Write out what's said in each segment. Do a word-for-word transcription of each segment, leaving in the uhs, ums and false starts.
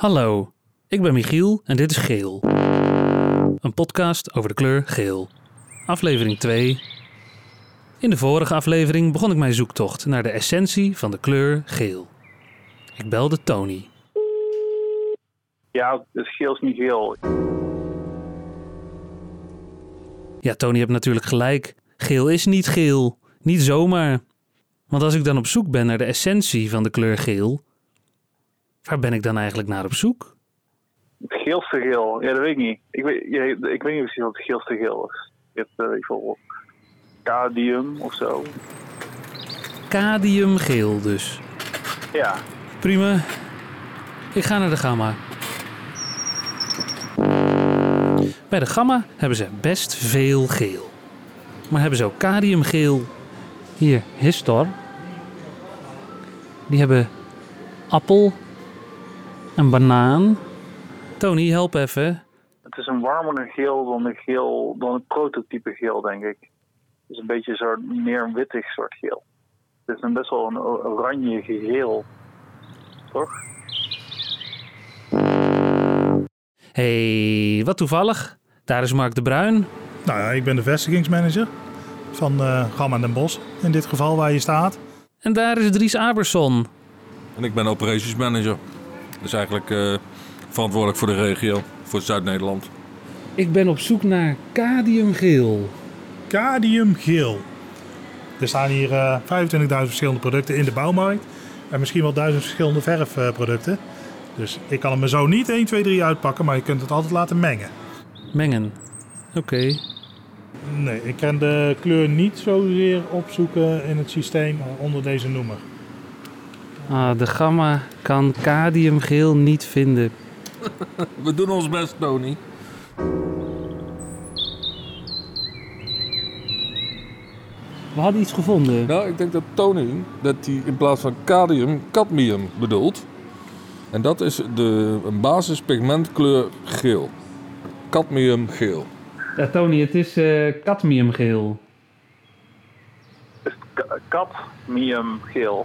Hallo, ik ben Michiel en dit is Geel. Een podcast over de kleur geel. Aflevering twee. In de vorige aflevering begon ik mijn zoektocht naar de essentie van de kleur geel. Ik belde Tony. Ja, het geel is niet geel. Ja, Tony heeft natuurlijk gelijk. Geel is niet geel. Niet zomaar. Want als ik dan op zoek ben naar de essentie van de kleur geel, waar ben ik dan eigenlijk naar op zoek? Het geelste geel? Ja, dat weet ik niet. Ik weet, ja, ik weet niet precies wat het geelste geel is. Je hebt uh, bijvoorbeeld cadmium of zo. Cadmiumgeel dus. Ja. Prima. Ik ga naar de Gamma. Bij de Gamma hebben ze best veel geel. Maar hebben ze ook cadmiumgeel? Hier, Histor. Die hebben appel en banaan. Tony, help even. Het is een warmer geel dan een geel, dan een prototype geel, denk ik. Het is een beetje zo meer een wittig soort geel. Het is een best wel een oranje geel. Toch? Hey, wat toevallig. Daar is Mark de Bruin. Nou ja, ik ben de vestigingsmanager van uh, Gamma Den Bosch. In dit geval waar je staat. En daar is Dries Aberson. En ik ben operations manager. Dus eigenlijk uh, verantwoordelijk voor de regio, voor Zuid-Nederland. Ik ben op zoek naar cadmiumgeel. Cadmiumgeel. Er staan hier uh, vijfentwintigduizend verschillende producten in de bouwmarkt. En misschien wel duizend verschillende verfproducten. Dus ik kan hem er zo niet één, twee, drie uitpakken, maar je kunt het altijd laten mengen. Mengen? Oké. Okay. Nee, ik kan de kleur niet zozeer opzoeken in het systeem onder deze noemer. Ah, de Gamma kan cadmiumgeel niet vinden. We doen ons best, Tony. We hadden iets gevonden. Nou, ik denk dat Tony, dat hij in plaats van cadmium, cadmium bedoelt. En dat is de, een basispigmentkleur geel. Cadmiumgeel. Ja, Tony, het is uh, cadmiumgeel. Het is cadmiumgeel.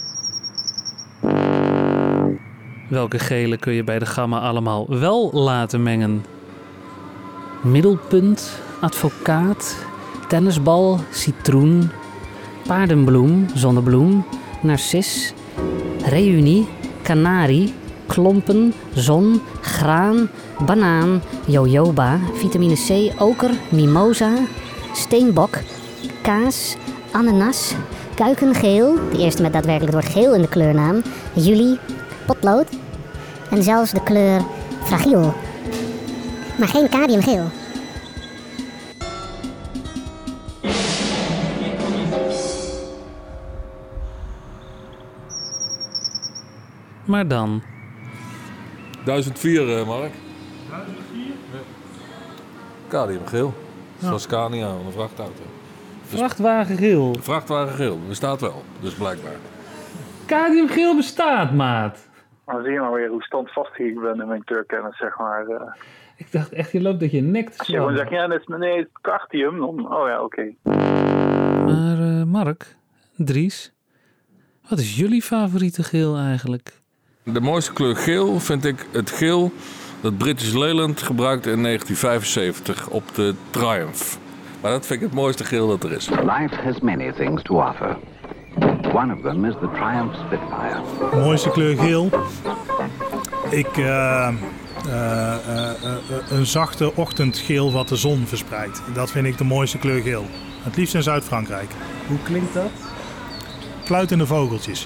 Welke gele kun je bij de Gamma allemaal wel laten mengen? Middelpunt, advocaat, tennisbal, citroen, paardenbloem, zonnebloem, narcis, reunie, kanarie, klompen, zon, graan, banaan, jojoba, vitamine C, oker, mimosa, steenbok, kaas, ananas, kuikengeel, de eerste met daadwerkelijk het woord geel in de kleurnaam, juli, potlood en zelfs de kleur fragiel. Maar geen cadmiumgeel. Maar dan? duizend vier, uh, Mark. duizend vier? Ja. Cadmiumgeel. Zoals ja. Scania, een vrachtauto. Dus vrachtwagengeel. Vrachtwagengeel, bestaat wel, dus blijkbaar. Cadmiumgeel bestaat, maat. Dan zie je maar weer hoe standvastig ik ben in mijn kleurkennis, zeg maar. Uh. Ik dacht echt, je loopt dat je nek te Als je gewoon zegt, ja, dat is, nee, het is cadmium, dan, oh ja, oké. Okay. Maar uh, Mark, Dries, wat is jullie favoriete geel eigenlijk? De mooiste kleur geel vind ik het geel dat British Leyland gebruikte in negentien vijfenzeventig op de Triumph. Maar dat vind ik het mooiste geel dat er is. Life has many things to offer. One of them is the Triumph Spitfire. De mooiste kleur geel. Ik, uh, uh, uh, uh, uh, een zachte ochtendgeel wat de zon verspreidt. Dat vind ik de mooiste kleur geel. Het liefst in Zuid-Frankrijk. Hoe klinkt dat? Fluitende vogeltjes.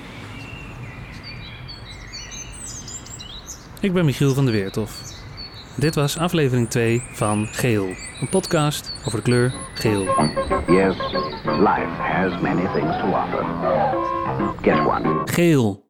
Ik ben Michiel van der Weertof. Dit was aflevering twee van Geel. Een podcast over de kleur geel. Yes, life has many things to offer. Get one. Geel.